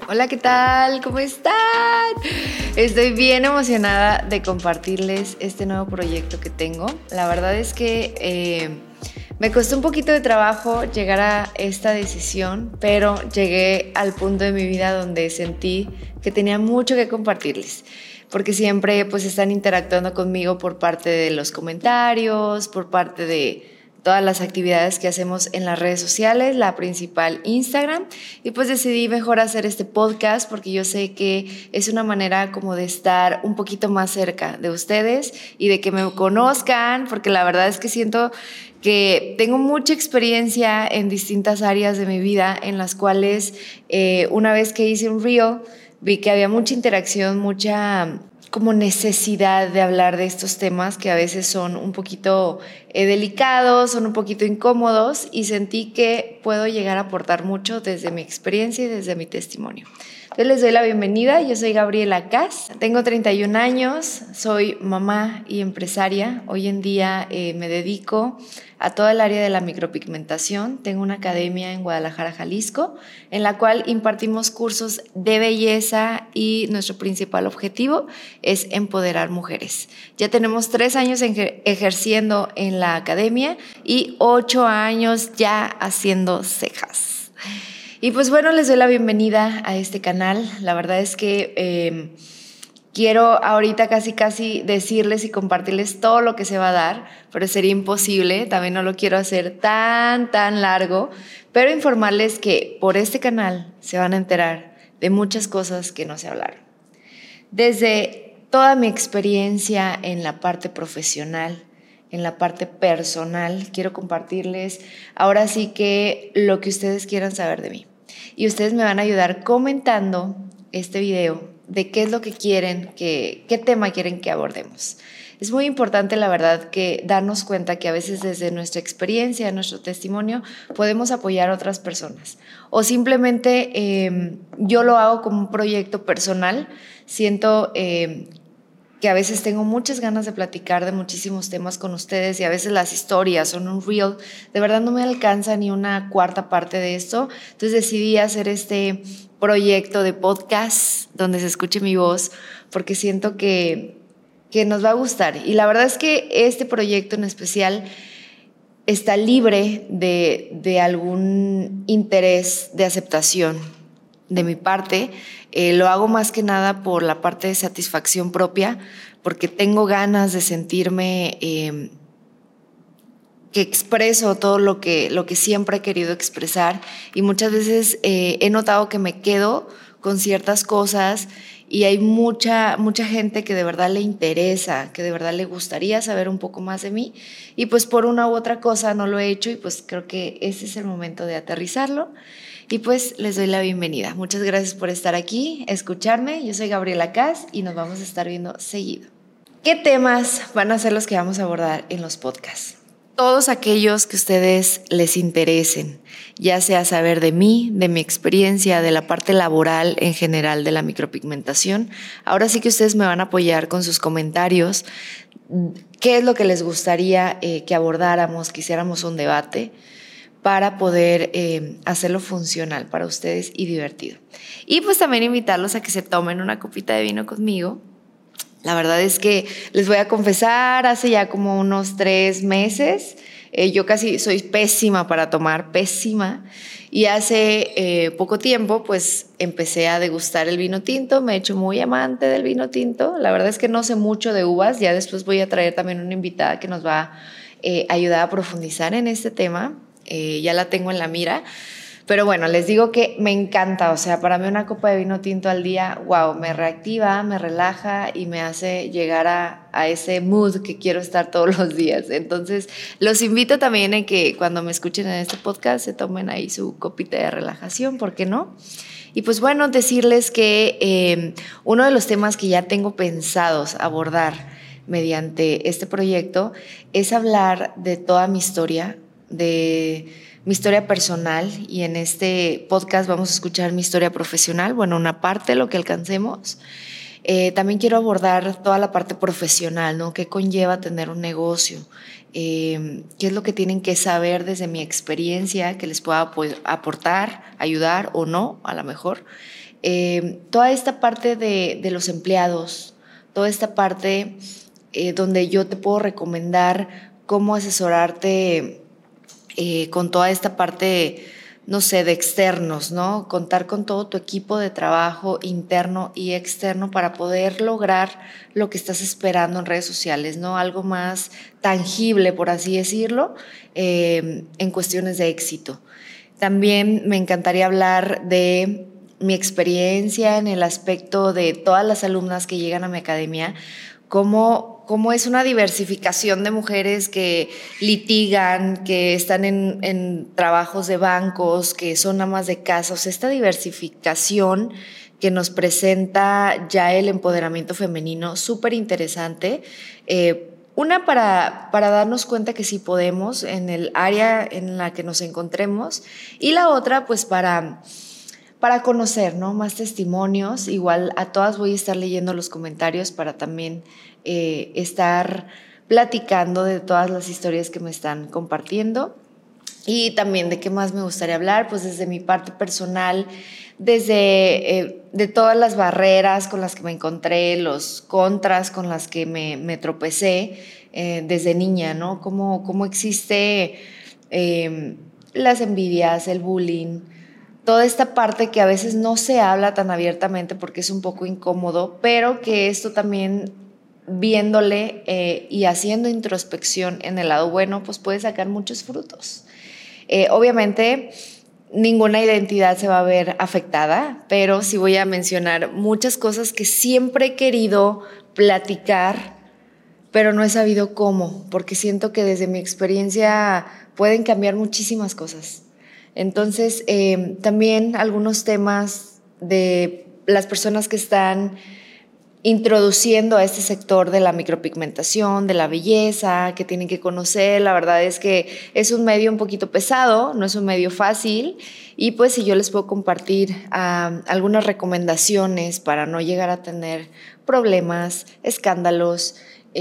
Hola, ¿qué tal? ¿Cómo están? Estoy bien emocionada de compartirles este nuevo proyecto que tengo. La verdad es que me costó un poquito de trabajo llegar a esta decisión, pero llegué al punto de mi vida donde sentí que tenía mucho que compartirles, porque siempre pues están interactuando conmigo por parte de los comentarios, por parte de todas las actividades que hacemos en las redes sociales, la principal Instagram, y pues decidí mejor hacer este podcast porque yo sé que es una manera como de estar un poquito más cerca de ustedes y de que me conozcan, porque la verdad es que siento que tengo mucha experiencia en distintas áreas de mi vida en las cuales una vez que hice un reel vi que había mucha interacción, mucha como necesidad de hablar de estos temas que a veces son un poquito delicados, son un poquito incómodos, y sentí que puedo llegar a aportar mucho desde mi experiencia y desde mi testimonio. Entonces les doy la bienvenida. Yo soy Gabriela Kass, tengo 31 años, soy mamá y empresaria. Hoy en día me dedico a toda el área de la micropigmentación. Tengo una academia en Guadalajara, Jalisco, en la cual impartimos cursos de belleza y nuestro principal objetivo es empoderar mujeres. Ya tenemos 3 años ejerciendo en la academia y 8 años ya haciendo cejas. Y pues bueno, les doy la bienvenida a este canal. La verdad es que quiero ahorita casi decirles y compartirles todo lo que se va a dar, pero sería imposible, también no lo quiero hacer tan largo, pero informarles que por este canal se van a enterar de muchas cosas que no se hablaron. Desde toda mi experiencia en la parte profesional, en la parte personal, quiero compartirles ahora sí que lo que ustedes quieran saber de mí. Y ustedes me van a ayudar comentando este video de qué es lo que quieren, qué tema quieren que abordemos. Es muy importante, la verdad, que darnos cuenta que a veces desde nuestra experiencia, nuestro testimonio, podemos apoyar a otras personas. O simplemente yo lo hago como un proyecto personal. Siento que a veces tengo muchas ganas de platicar de muchísimos temas con ustedes, y a veces las historias son un reel, de verdad no me alcanza ni una cuarta parte de esto. Entonces decidí hacer este proyecto de podcast donde se escuche mi voz, porque siento que nos va a gustar. Y la verdad es que este proyecto en especial está libre de algún interés de aceptación de mi parte. Lo hago más que nada por la parte de satisfacción propia, porque tengo ganas de sentirme que expreso todo lo que siempre he querido expresar, y muchas veces he notado que me quedo con ciertas cosas y hay mucha gente que de verdad le interesa, que de verdad le gustaría saber un poco más de mí, y pues por una u otra cosa no lo he hecho, y pues creo que ese es el momento de aterrizarlo. Y pues les doy la bienvenida. Muchas gracias por estar aquí, escucharme. Yo soy Gabriela Kass y nos vamos a estar viendo seguido. ¿Qué temas van a ser los que vamos a abordar en los podcasts? Todos aquellos que a ustedes les interesen, ya sea saber de mí, de mi experiencia, de la parte laboral en general de la micropigmentación. Ahora sí que ustedes me van a apoyar con sus comentarios. ¿Qué es lo que les gustaría que abordáramos, que hiciéramos un debate para poder hacerlo funcional para ustedes y divertido? Y pues también invitarlos a que se tomen una copita de vino conmigo. La verdad es que les voy a confesar, hace ya como unos 3 meses, yo casi soy pésima para tomar, pésima, y hace poco tiempo pues empecé a degustar el vino tinto. Me he hecho muy amante del vino tinto. La verdad es que no sé mucho de uvas, ya después voy a traer también una invitada que nos va a ayudar a profundizar en este tema. Ya la tengo en la mira. Pero bueno, les digo que me encanta. O sea, para mí una copa de vino tinto al día, wow, me reactiva, me relaja y me hace llegar a ese mood que quiero estar todos los días. Entonces, los invito también a que cuando me escuchen en este podcast se tomen ahí su copita de relajación, ¿por qué no? Y pues bueno, decirles que uno de los temas que ya tengo pensados abordar mediante este proyecto es hablar de toda mi historia, de mi historia personal, y en este podcast vamos a escuchar mi historia profesional, bueno, una parte de lo que alcancemos. También quiero abordar toda la parte profesional, ¿no? ¿Qué conlleva tener un negocio? ¿Qué es lo que tienen que saber desde mi experiencia que les pueda aportar, ayudar o no, a lo mejor? toda esta parte de los empleados, toda esta parte donde yo te puedo recomendar cómo asesorarte con toda esta parte, no sé, de externos, ¿no? Contar con todo tu equipo de trabajo interno y externo para poder lograr lo que estás esperando en redes sociales, ¿no? Algo más tangible, por así decirlo, en cuestiones de éxito. También me encantaría hablar de mi experiencia en el aspecto de todas las alumnas que llegan a mi academia, cómo es una diversificación de mujeres que litigan, que están en trabajos de bancos, que son amas de casa. O sea, esta diversificación que nos presenta ya el empoderamiento femenino, súper interesante. Una para darnos cuenta que sí podemos en el área en la que nos encontremos, y la otra pues para conocer, ¿no? Más testimonios. Igual a todas voy a estar leyendo los comentarios para también estar platicando de todas las historias que me están compartiendo. Y también de qué más me gustaría hablar, pues desde mi parte personal, desde de todas las barreras con las que me encontré, los contras con las que me tropecé desde niña, ¿no? Cómo existe las envidias, el bullying, toda esta parte que a veces no se habla tan abiertamente porque es un poco incómodo, pero que esto también, viéndole y haciendo introspección en el lado bueno, pues puede sacar muchos frutos. Obviamente, ninguna identidad se va a ver afectada, pero sí voy a mencionar muchas cosas que siempre he querido platicar, pero no he sabido cómo, porque siento que desde mi experiencia pueden cambiar muchísimas cosas. Entonces, también algunos temas de las personas que están introduciendo a este sector de la micropigmentación, de la belleza, que tienen que conocer. La verdad es que es un medio un poquito pesado, no es un medio fácil, y pues si yo les puedo compartir algunas recomendaciones para no llegar a tener problemas, escándalos,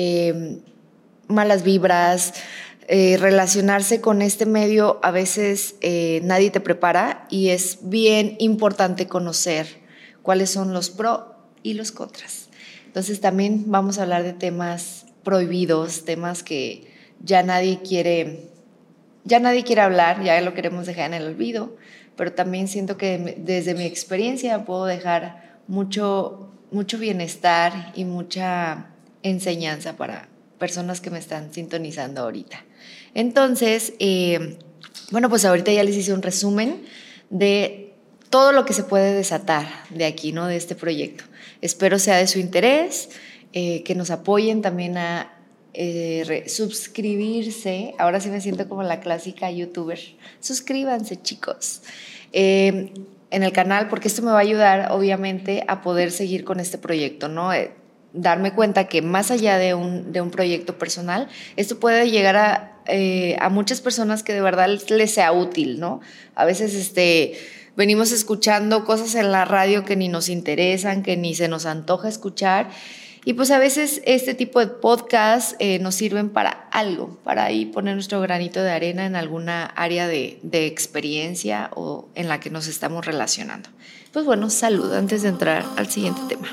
malas vibras, relacionarse con este medio a veces nadie te prepara, y es bien importante conocer cuáles son los pros y los contras. Entonces también vamos a hablar de temas prohibidos, temas que ya nadie quiere hablar, ya lo queremos dejar en el olvido, pero también siento que desde mi experiencia puedo dejar mucho bienestar y mucha enseñanza para personas que me están sintonizando ahorita. Entonces, bueno, pues ahorita ya les hice un resumen de todo lo que se puede desatar de aquí, ¿no? De este proyecto. Espero sea de su interés, que nos apoyen también a suscribirse. Ahora sí me siento como la clásica youtuber. Suscríbanse, chicos, en el canal, porque esto me va a ayudar, obviamente, a poder seguir con este proyecto, ¿no? Darme cuenta que más allá de un proyecto personal, esto puede llegar a muchas personas que de verdad les sea útil, ¿no? A veces venimos escuchando cosas en la radio que ni nos interesan, que ni se nos antoja escuchar, y pues a veces este tipo de podcasts nos sirven para algo, para ahí poner nuestro granito de arena en alguna área de experiencia o en la que nos estamos relacionando. Pues bueno, salud antes de entrar al siguiente tema.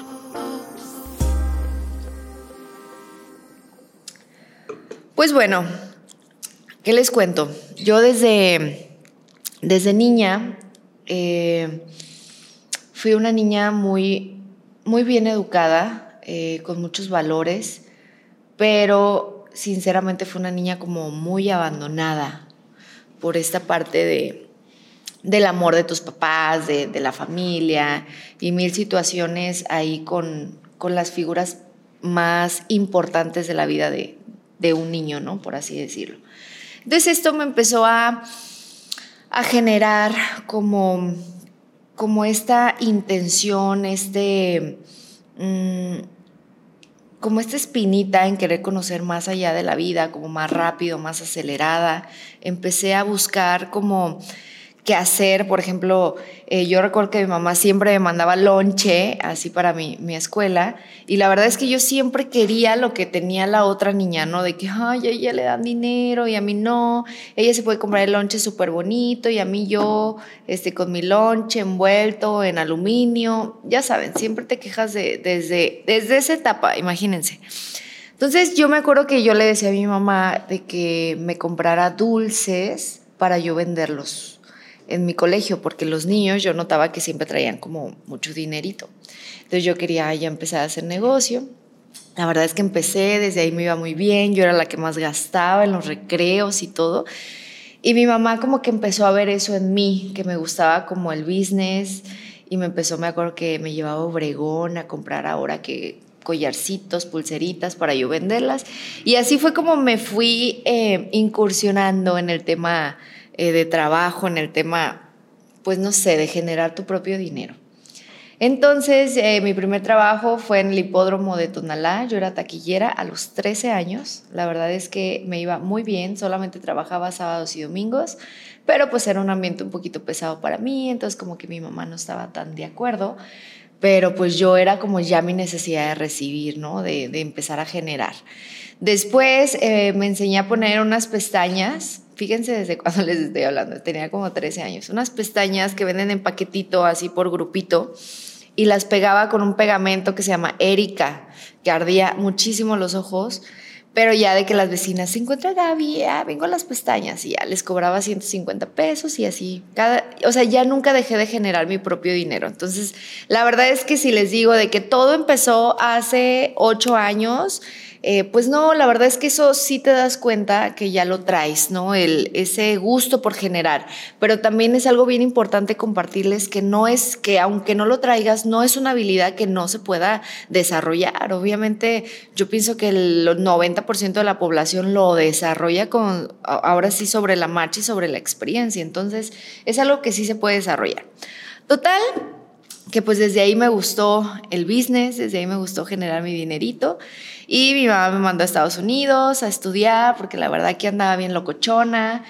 Pues bueno, ¿qué les cuento? Yo desde niña fui una niña muy, muy bien educada, con muchos valores, pero sinceramente fue una niña como muy abandonada por esta parte del amor de tus papás, de la familia, y mil situaciones ahí con las figuras más importantes de la vida de un niño, ¿no? Por así decirlo. Entonces esto me empezó a generar como esta intención, como esta espinita en querer conocer más allá de la vida, como más rápido, más acelerada. Empecé a buscar como qué hacer. Por ejemplo, yo recuerdo que mi mamá siempre me mandaba lonche así para mi escuela, y la verdad es que yo siempre quería lo que tenía la otra niña, ¿no? De que, ay, a ella le dan dinero y a mí no, ella se puede comprar el lonche súper bonito y a mí yo, con mi lonche envuelto en aluminio. Ya saben, siempre te quejas desde esa etapa, imagínense. Entonces yo me acuerdo que yo le decía a mi mamá de que me comprara dulces para yo venderlos en mi colegio, porque los niños yo notaba que siempre traían como mucho dinerito. Entonces yo quería ya empezar a hacer negocio. La verdad es que empecé, desde ahí me iba muy bien, yo era la que más gastaba en los recreos y todo. Y mi mamá como que empezó a ver eso en mí, que me gustaba como el business, y me acuerdo que me llevaba a Obregón a comprar ahora que collarcitos, pulseritas para yo venderlas. Y así fue como me fui incursionando en el tema de trabajo, en el tema, pues no sé, de generar tu propio dinero. Entonces, mi primer trabajo fue en el hipódromo de Tonalá. Yo era taquillera a los 13 años. La verdad es que me iba muy bien, solamente trabajaba sábados y domingos, pero pues era un ambiente un poquito pesado para mí, entonces como que mi mamá no estaba tan de acuerdo, pero pues yo era como ya mi necesidad de recibir, ¿no? De empezar a generar. Después me enseñé a poner unas pestañas. Fíjense desde cuándo les estoy hablando, tenía como 13 años. Unas pestañas que venden en paquetito, así por grupito, y las pegaba con un pegamento que se llama Erika, que ardía muchísimo los ojos, pero ya de que las vecinas, se encuentra Gaby, vengo a las pestañas, y ya les cobraba 150 pesos y así. O sea, ya nunca dejé de generar mi propio dinero. Entonces, la verdad es que si les digo de que todo empezó hace 8 años, pues no, la verdad es que eso sí te das cuenta que ya lo traes, ¿no? Ese gusto por generar. Pero también es algo bien importante compartirles que no es que, aunque no lo traigas, no es una habilidad que no se pueda desarrollar. Obviamente, yo pienso que el 90% de la población lo desarrolla ahora sí sobre la marcha y sobre la experiencia. Entonces, es algo que sí se puede desarrollar. Total, que pues desde ahí me gustó el business, desde ahí me gustó generar mi dinerito, y mi mamá me mandó a Estados Unidos a estudiar porque la verdad que andaba bien locochona,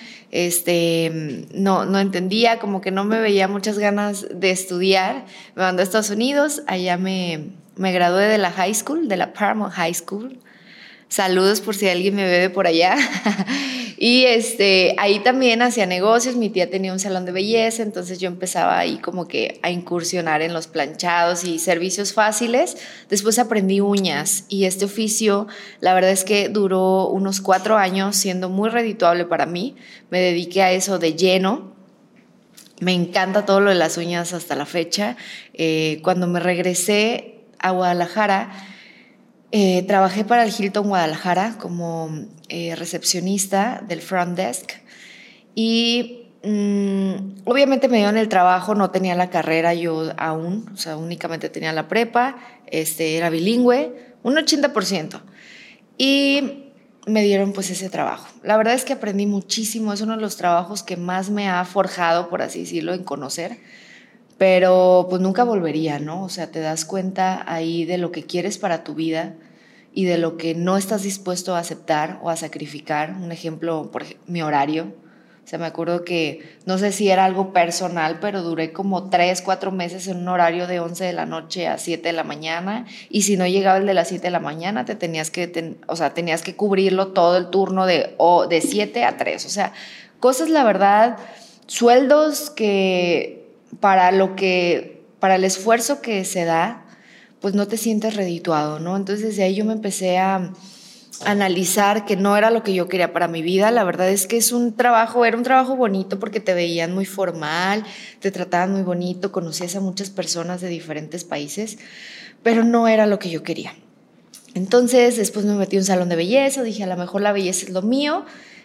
no entendía, como que no me veía muchas ganas de estudiar. Me mandó a Estados Unidos, allá me gradué de la high school, de la Paramount High School. Saludos por si alguien me ve de por allá. Y ahí también hacía negocios. Mi tía tenía un salón de belleza, entonces yo empezaba ahí como que a incursionar en los planchados y servicios fáciles. Después aprendí uñas, y este oficio, la verdad es que duró unos 4 años siendo muy redituable para mí. Me dediqué a eso de lleno. Me encanta todo lo de las uñas hasta la fecha. Cuando me regresé a Guadalajara, trabajé para el Hilton Guadalajara como recepcionista del front desk, y obviamente me dieron el trabajo. No tenía la carrera yo aún, o sea, únicamente tenía la prepa, era bilingüe, un 80%, y me dieron pues ese trabajo. La verdad es que aprendí muchísimo, es uno de los trabajos que más me ha forjado, por así decirlo, en conocer. Pero pues nunca volvería, ¿no? O sea, te das cuenta ahí de lo que quieres para tu vida y de lo que no estás dispuesto a aceptar o a sacrificar. Un ejemplo, mi horario. O sea, me acuerdo que, no sé si era algo personal, pero duré como 3, 4 meses en un horario de 11 de la noche a 7 de la mañana, y si no llegaba el de las 7 de la mañana, tenías que cubrirlo todo el turno de 7 a 3. O sea, cosas, la verdad, sueldos que para el esfuerzo que se da, pues no te sientes redituado, ¿no? Entonces desde ahí yo me empecé a analizar que no era lo que yo quería para mi vida. La verdad es que era un trabajo bonito porque te veían muy formal, te trataban muy bonito, conocías a muchas personas de diferentes países, pero no era lo que yo quería. Entonces después me metí a un salón de belleza, dije, a lo mejor la belleza es lo mío.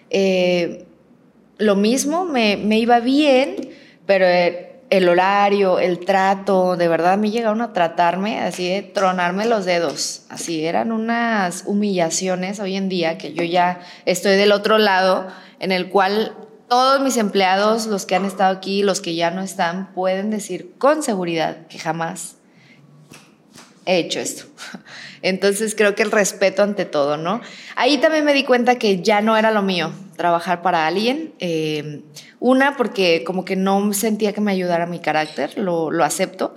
Lo mismo, me iba bien, pero el horario, el trato, de verdad me llegaron a tratarme así de tronarme los dedos. Así eran unas humillaciones hoy en día, que yo ya estoy del otro lado, en el cual todos mis empleados, los que han estado aquí, los que ya no están, pueden decir con seguridad que jamás he hecho esto. Entonces creo que el respeto ante todo, ¿no? Ahí también me di cuenta que ya no era lo mío trabajar para alguien. Una, porque como que no sentía que me ayudara mi carácter, lo acepto.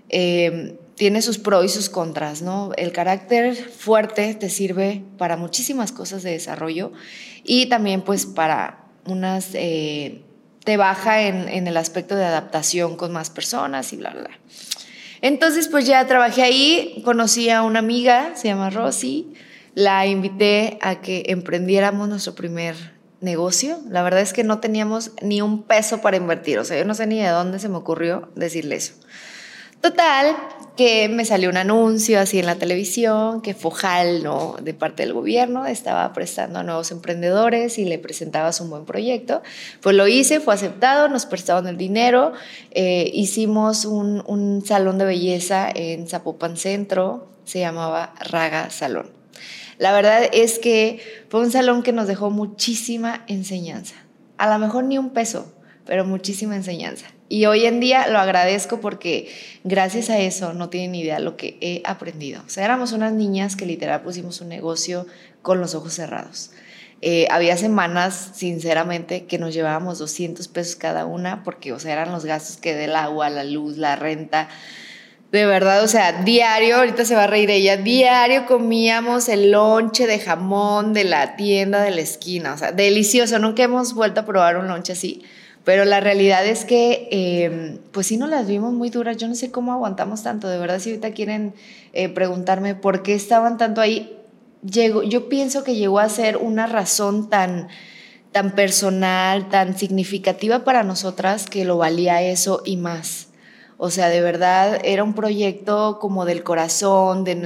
Tiene sus pros y sus contras, ¿no? El carácter fuerte te sirve para muchísimas cosas de desarrollo y también pues para unas... te baja en el aspecto de adaptación con más personas y bla, bla, bla. Entonces, pues ya trabajé ahí, conocí a una amiga, se llama Rosy, la invité a que emprendiéramos nuestro primer negocio. La verdad es que no teníamos ni un peso para invertir, o sea, yo no sé ni de dónde se me ocurrió decirle eso. Total, que me salió un anuncio así en la televisión que Fojal, ¿no?, de parte del gobierno, estaba prestando a nuevos emprendedores y le presentabas un buen proyecto. Pues lo hice, fue aceptado, nos prestaron el dinero, hicimos un salón de belleza en Zapopan Centro, se llamaba Raga Salón. La verdad es que fue un salón que nos dejó muchísima enseñanza. A lo mejor ni un peso, pero muchísima enseñanza. Y hoy en día lo agradezco porque gracias a eso no tienen idea lo que he aprendido. O sea, éramos unas niñas que literal pusimos un negocio con los ojos cerrados. Había semanas, sinceramente, que nos llevábamos 200 pesos cada una porque, o sea, eran los gastos que del agua, la luz, la renta. De verdad, o sea, diario, ahorita se va a reír ella, diario comíamos el lonche de jamón de la tienda de la esquina. O sea, delicioso. Nunca hemos vuelto a probar un lonche así. Pero la realidad es que, pues sí nos las vimos muy duras. Yo no sé cómo aguantamos tanto. De verdad, si ahorita quieren preguntarme por qué estaban tanto ahí, yo pienso que llegó a ser una razón tan personal, tan significativa para nosotras que lo valía eso y más. O sea, de verdad era un proyecto como del corazón, de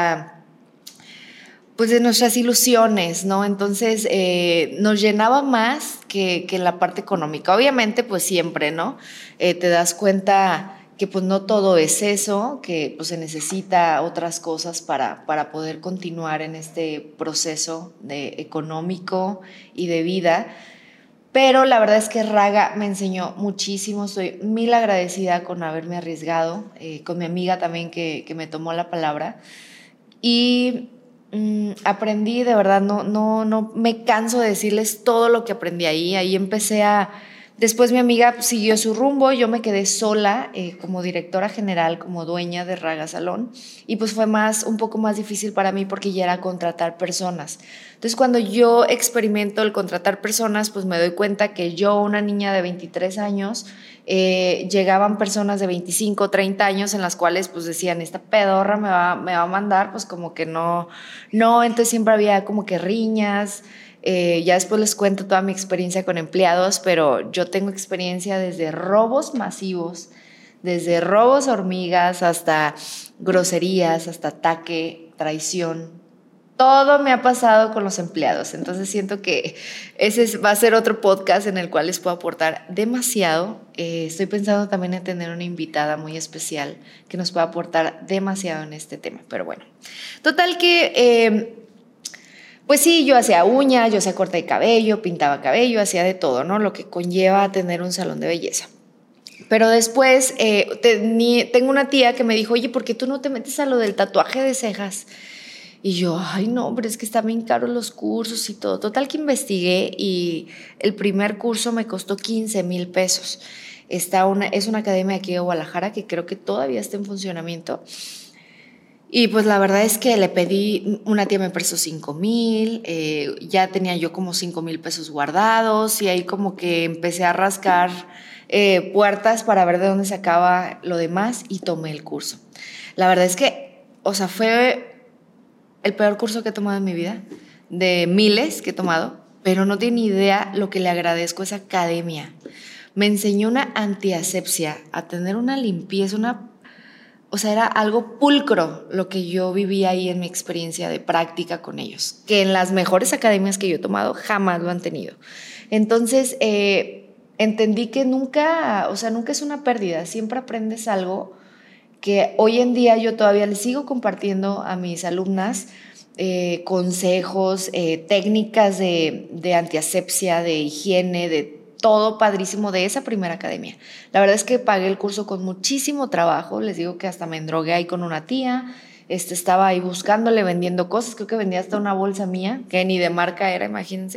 nuestras ilusiones, ¿no? Entonces nos llenaba más que la parte económica. Obviamente, pues siempre, ¿no? Te das cuenta que pues no todo es eso, que pues se necesita otras cosas para poder continuar en este proceso económico y de vida. Pero la verdad es que Raga me enseñó muchísimo, estoy mil agradecida con haberme arriesgado, con mi amiga también que me tomó la palabra y aprendí, de verdad, no me canso de decirles todo lo que aprendí ahí empecé después mi amiga siguió su rumbo, yo me quedé sola como directora general, como dueña de Raga Salón y pues fue un poco más difícil para mí porque ya era contratar personas. Entonces cuando yo experimento el contratar personas, pues me doy cuenta que yo, una niña de 23 años, llegaban personas de 25, 30 años en las cuales pues decían, esta pedorra me va a mandar, pues como que no, entonces siempre había como que riñas. Ya después les cuento toda mi experiencia con empleados, pero yo tengo experiencia desde robos masivos, desde robos hormigas hasta groserías, hasta ataque, traición. Todo me ha pasado con los empleados, entonces siento que ese va a ser otro podcast en el cual les puedo aportar demasiado. Estoy pensando también en tener una invitada muy especial que nos pueda aportar demasiado en este tema, pero bueno. Total que... pues sí, yo hacía uñas, yo hacía corte de cabello, pintaba cabello, hacía de todo, ¿no? Lo que conlleva a tener un salón de belleza. Pero después tengo una tía que me dijo, oye, ¿por qué tú no te metes a lo del tatuaje de cejas? Y yo, ay, no, pero es que están bien caros los cursos y todo. Total que investigué y el primer curso me costó 15,000 pesos. Es una academia aquí de Guadalajara que creo que todavía está en funcionamiento. Y pues la verdad es que le pedí, una tía me prestó 5,000, ya tenía yo como 5,000 pesos guardados y ahí como que empecé a rascar puertas para ver de dónde sacaba lo demás y tomé el curso. La verdad es que, o sea, fue el peor curso que he tomado en mi vida, de miles que he tomado, pero no tiene idea lo que le agradezco a esa academia. Me enseñó una antiasepsia, a tener una limpieza, o sea, era algo pulcro lo que yo viví ahí en mi experiencia de práctica con ellos, que en las mejores academias que yo he tomado jamás lo han tenido. Entonces, entendí que nunca es una pérdida, siempre aprendes algo que hoy en día yo todavía les sigo compartiendo a mis alumnas, consejos, técnicas de antiasepsia, de higiene, de todo padrísimo de esa primera academia. La verdad es que pagué el curso con muchísimo trabajo, les digo que hasta me endrogué ahí con una tía, estaba ahí buscándole, vendiendo cosas, creo que vendía hasta una bolsa mía, que ni de marca era, imagínense.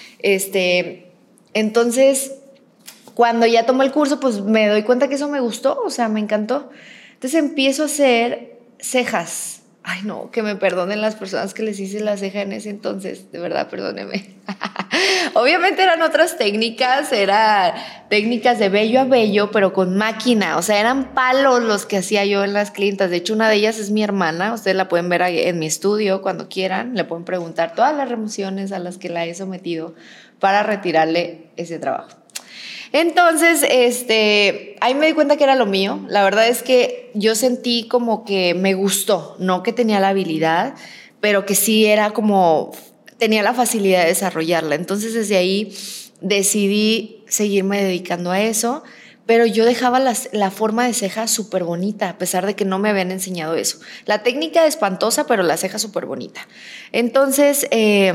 Entonces, cuando ya tomé el curso, pues me doy cuenta que eso me gustó, o sea, me encantó. Entonces empiezo a hacer cejas. Ay, no, que me perdonen las personas que les hice la ceja en ese entonces, de verdad, perdónenme. Obviamente eran otras técnicas, eran técnicas de vello a vello, pero con máquina, o sea, eran palos los que hacía yo en las clientas. De hecho, una de ellas es mi hermana, ustedes la pueden ver en mi estudio cuando quieran, le pueden preguntar todas las remociones a las que la he sometido para retirarle ese trabajo. Entonces, ahí me di cuenta que era lo mío. La verdad es que yo sentí como que me gustó, no que tenía la habilidad, pero que sí era como, tenía la facilidad de desarrollarla. Entonces, desde ahí decidí seguirme dedicando a eso, pero yo dejaba la forma de ceja súper bonita, a pesar de que no me habían enseñado eso. La técnica es espantosa, pero la ceja súper bonita. Entonces,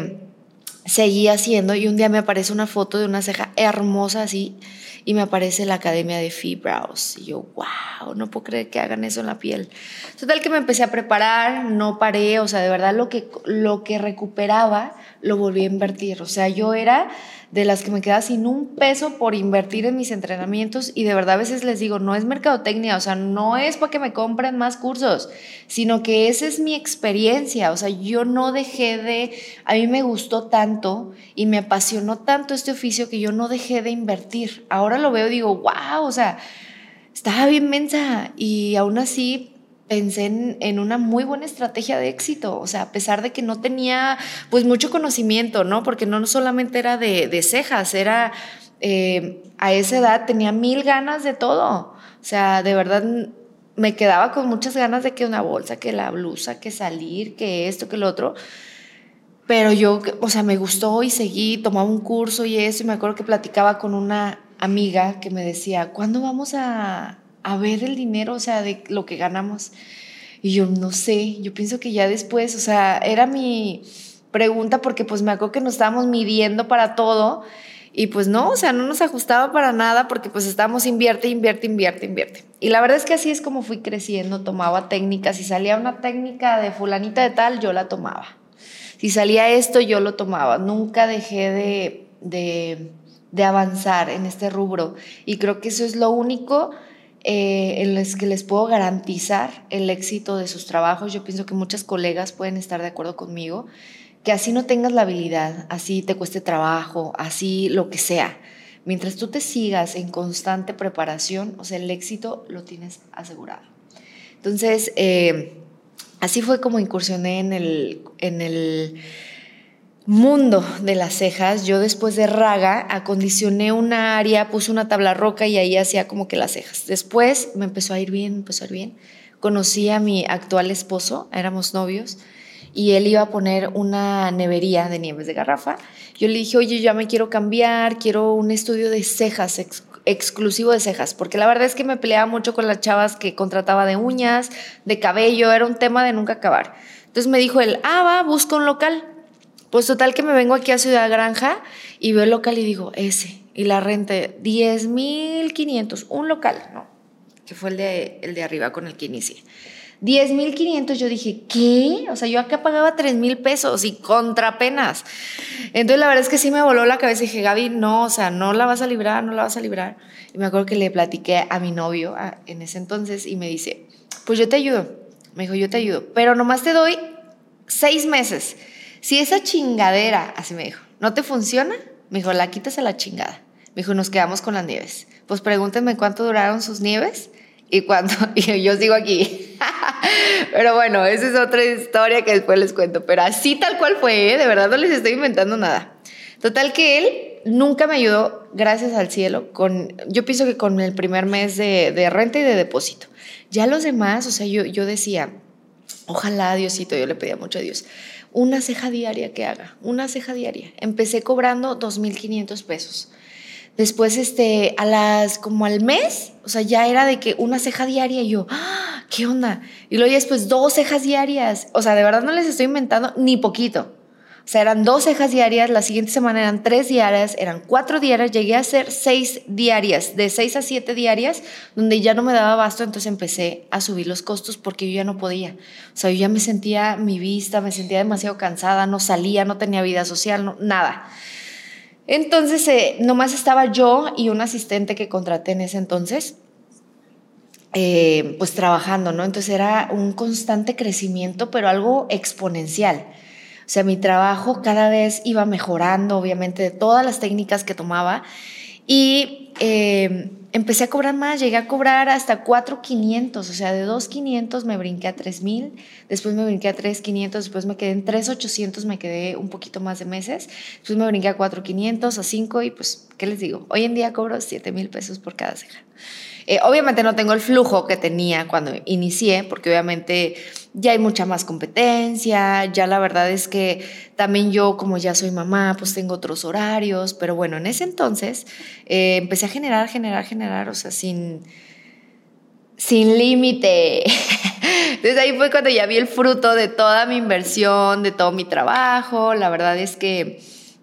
seguí haciendo y un día me aparece una foto de una ceja hermosa así y me aparece la academia de Fibrows y yo, wow, no puedo creer que hagan eso en la piel. Total que me empecé a preparar, no paré, o sea, de verdad lo que recuperaba lo volví a invertir, o sea, yo era de las que me quedaba sin un peso por invertir en mis entrenamientos y de verdad a veces les digo, no es mercadotecnia, o sea, no es para que me compren más cursos, sino que esa es mi experiencia, o sea, yo no a mí me gustó tanto y me apasionó tanto este oficio que yo no dejé de invertir. Ahora lo veo y digo, wow, o sea, estaba bien mensa y aún así pensé en una muy buena estrategia de éxito, o sea, a pesar de que no tenía pues mucho conocimiento, ¿no? Porque no solamente era de cejas, era a esa edad tenía 1000 ganas de todo, o sea, de verdad me quedaba con muchas ganas de que una bolsa, que la blusa, que salir, que esto, que lo otro, pero yo, o sea, me gustó y seguí, tomaba un curso y eso, y me acuerdo que platicaba con una amiga que me decía, ¿cuándo vamos a ver el dinero, o sea, de lo que ganamos? Y yo no sé, yo pienso que ya después, o sea, era mi pregunta porque pues me acuerdo que nos estábamos midiendo para todo y pues no, o sea, no nos ajustaba para nada porque pues estábamos invierte. Y la verdad es que así es como fui creciendo, tomaba técnicas, si salía una técnica de fulanita de tal, yo la tomaba. Si salía esto, yo lo tomaba. Nunca dejé de avanzar en este rubro y creo que eso es lo único en los que les puedo garantizar el éxito de sus trabajos. Yo pienso que muchas colegas pueden estar de acuerdo conmigo, que así no tengas la habilidad, así te cueste trabajo, así lo que sea, mientras tú te sigas en constante preparación, o sea, el éxito lo tienes asegurado. Entonces, así fue como incursioné en el mundo de las cejas. Yo después de Raga acondicioné una área, puse una tabla roca y ahí hacía como que las cejas. Después me empezó a ir bien. Conocí a mi actual esposo, éramos novios, y él iba a poner una nevería de nieves de garrafa. Yo le dije, oye, ya me quiero cambiar, quiero un estudio de cejas, exclusivo de cejas, porque la verdad es que me peleaba mucho con las chavas que contrataba de uñas, de cabello, era un tema de nunca acabar. Entonces me dijo él, va, busca un local. Pues total que me vengo aquí a Ciudad Granja y veo el local y digo, ese. Y la renta, 10,500, un local, ¿no? Que fue el de arriba con el que inicié. 10,500, yo dije, ¿qué? O sea, yo acá pagaba 3,000 pesos y contra penas. Entonces la verdad es que sí me voló la cabeza y dije, Gaby, no, o sea, no la vas a librar. Y me acuerdo que le platiqué a mi novio en ese entonces y me dice, pues yo te ayudo. Me dijo, yo te ayudo, pero nomás te doy 6 meses. Si esa chingadera, así me dijo, no te funciona, me dijo, la quitas a la chingada. Me dijo, nos quedamos con las nieves. Pues pregúntenme cuánto duraron sus nieves y cuánto, y yo sigo aquí. Pero bueno, esa es otra historia que después les cuento. Pero así tal cual fue, de verdad no les estoy inventando nada. Total que él nunca me ayudó, gracias al cielo, yo pienso que con el primer mes de renta y de depósito. Ya los demás, o sea, yo decía, ojalá, Diosito, yo le pedía mucho a Dios, una ceja diaria que haga, una ceja diaria. Empecé cobrando 2,500 pesos. Después, como al mes, o sea, ya era de que una ceja diaria y yo, ¿qué onda? Y luego ya después 2 cejas diarias. O sea, de verdad no les estoy inventando ni poquito. O sea, eran 2 cejas diarias, la siguiente semana eran 3 diarias, eran 4 diarias, llegué a hacer 6 diarias, de 6 a 7 diarias, donde ya no me daba abasto, entonces empecé a subir los costos porque yo ya no podía. O sea, yo ya me sentía mi vista, me sentía demasiado cansada, no salía, no tenía vida social, no, nada. Entonces, nomás estaba yo y un asistente que contraté en ese entonces, pues trabajando, ¿no? Entonces era un constante crecimiento, pero algo exponencial. O sea, mi trabajo cada vez iba mejorando, obviamente, de todas las técnicas que tomaba. Y empecé a cobrar más, llegué a cobrar hasta 4,500, o sea, de 2,500 me brinqué a 3,000, después me brinqué a 3,500, después me quedé en 3,800, me quedé un poquito más de meses, después me brinqué a 4,500, a 5 y pues, ¿qué les digo? Hoy en día cobro 7,000 pesos por cada ceja. Obviamente no tengo el flujo que tenía cuando inicié, porque obviamente ya hay mucha más competencia, ya la verdad es que también yo, como ya soy mamá, pues tengo otros horarios, pero bueno, en ese entonces empecé a generar, o sea, sin límite. Entonces ahí fue cuando ya vi el fruto de toda mi inversión, de todo mi trabajo. La verdad es que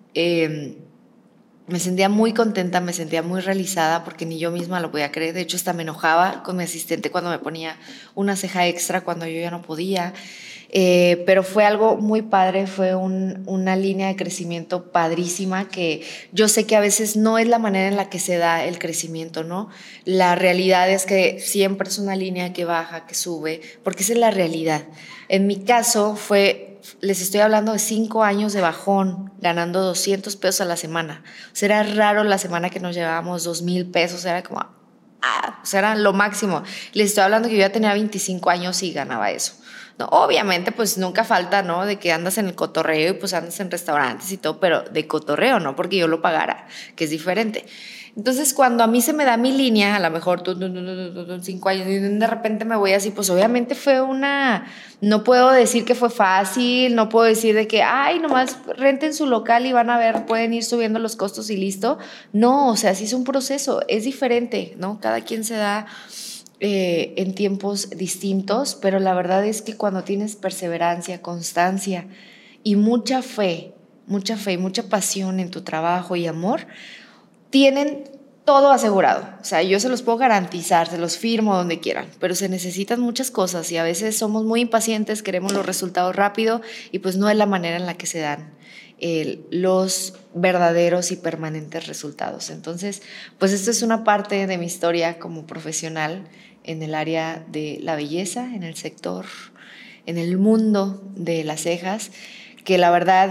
me sentía muy contenta, me sentía muy realizada porque ni yo misma lo podía creer. De hecho, hasta me enojaba con mi asistente cuando me ponía una ceja extra cuando yo ya no podía. Pero fue algo muy padre, fue una línea de crecimiento padrísima que yo sé que a veces no es la manera en la que se da el crecimiento, ¿no? La realidad es que siempre es una línea que baja, que sube, porque esa es la realidad. En mi caso les estoy hablando de 5 años de bajón, ganando 200 pesos a la semana. O sea, era raro la semana que nos llevábamos 2,000 pesos, era como, o sea, era lo máximo. Les estoy hablando que yo ya tenía 25 años y ganaba eso. No, obviamente, pues nunca falta, ¿no? De que andas en el cotorreo y pues andas en restaurantes y todo, pero de cotorreo, no porque yo lo pagara, que es diferente. Entonces, cuando a mí se me da mi línea, a lo mejor 5 años, y de repente me voy así, pues obviamente fue no puedo decir que fue fácil, no puedo decir de que, ay, nomás renten su local y van a ver, pueden ir subiendo los costos y listo. No, o sea, sí es un proceso, es diferente, ¿no? Cada quien se da en tiempos distintos, pero la verdad es que cuando tienes perseverancia, constancia y mucha fe y mucha pasión en tu trabajo y amor, tienen todo asegurado. O sea, yo se los puedo garantizar, se los firmo donde quieran, pero se necesitan muchas cosas y a veces somos muy impacientes, queremos los resultados rápido y pues no es la manera en la que se dan los verdaderos y permanentes resultados. Entonces, pues esto es una parte de mi historia como profesional en el área de la belleza, en el sector, en el mundo de las cejas, que la verdad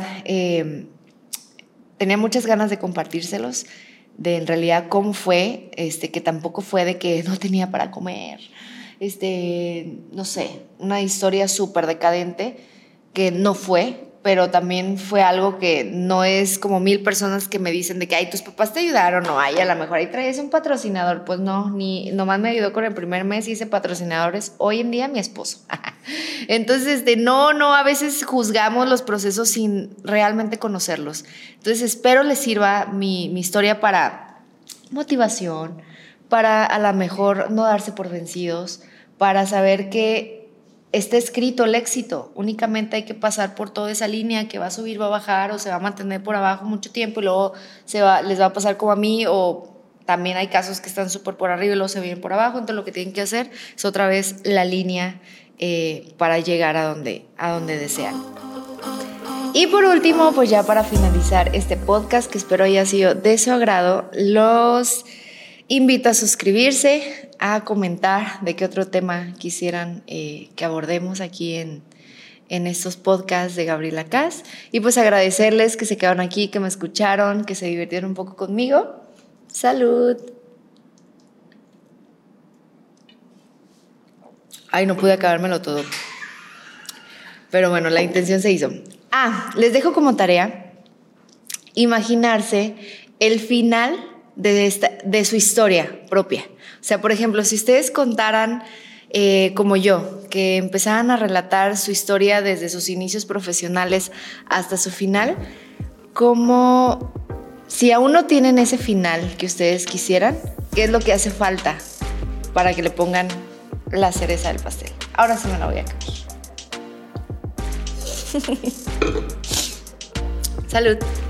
tenía muchas ganas de compartírselos, de en realidad cómo fue, que tampoco fue de que no tenía para comer, no sé, una historia súper decadente que no fue, pero también fue algo que no es como 1,000 personas que me dicen de que, ay, tus papás te ayudaron, no, ay, a lo mejor ahí traes un patrocinador, pues no, nomás me ayudó con el primer mes y ese patrocinador es hoy en día mi esposo. Entonces, no, a veces juzgamos los procesos sin realmente conocerlos. Entonces, espero les sirva mi historia para motivación, para a lo mejor no darse por vencidos, para saber que está escrito el éxito, únicamente hay que pasar por toda esa línea que va a subir, va a bajar o se va a mantener por abajo mucho tiempo y luego les va a pasar como a mí, o también hay casos que están súper por arriba y luego se vienen por abajo. Entonces lo que tienen que hacer es otra vez la línea para llegar a donde desean. Y por último, pues ya para finalizar este podcast, que espero haya sido de su agrado, los invito a suscribirse, a comentar de qué otro tema quisieran que abordemos aquí en estos podcasts de Gabriela Kass. Y pues agradecerles que se quedaron aquí, que me escucharon, que se divirtieron un poco conmigo. ¡Salud! Ay, no pude acabármelo todo. Pero bueno, la intención se hizo. Les dejo como tarea imaginarse el final de su historia propia. O sea, por ejemplo, si ustedes contaran como yo, que empezaran a relatar su historia desde sus inicios profesionales hasta su final, como si aún no tienen ese final que ustedes quisieran, ¿qué es lo que hace falta para que le pongan la cereza del pastel? Ahora sí me la voy a acabar. Salud.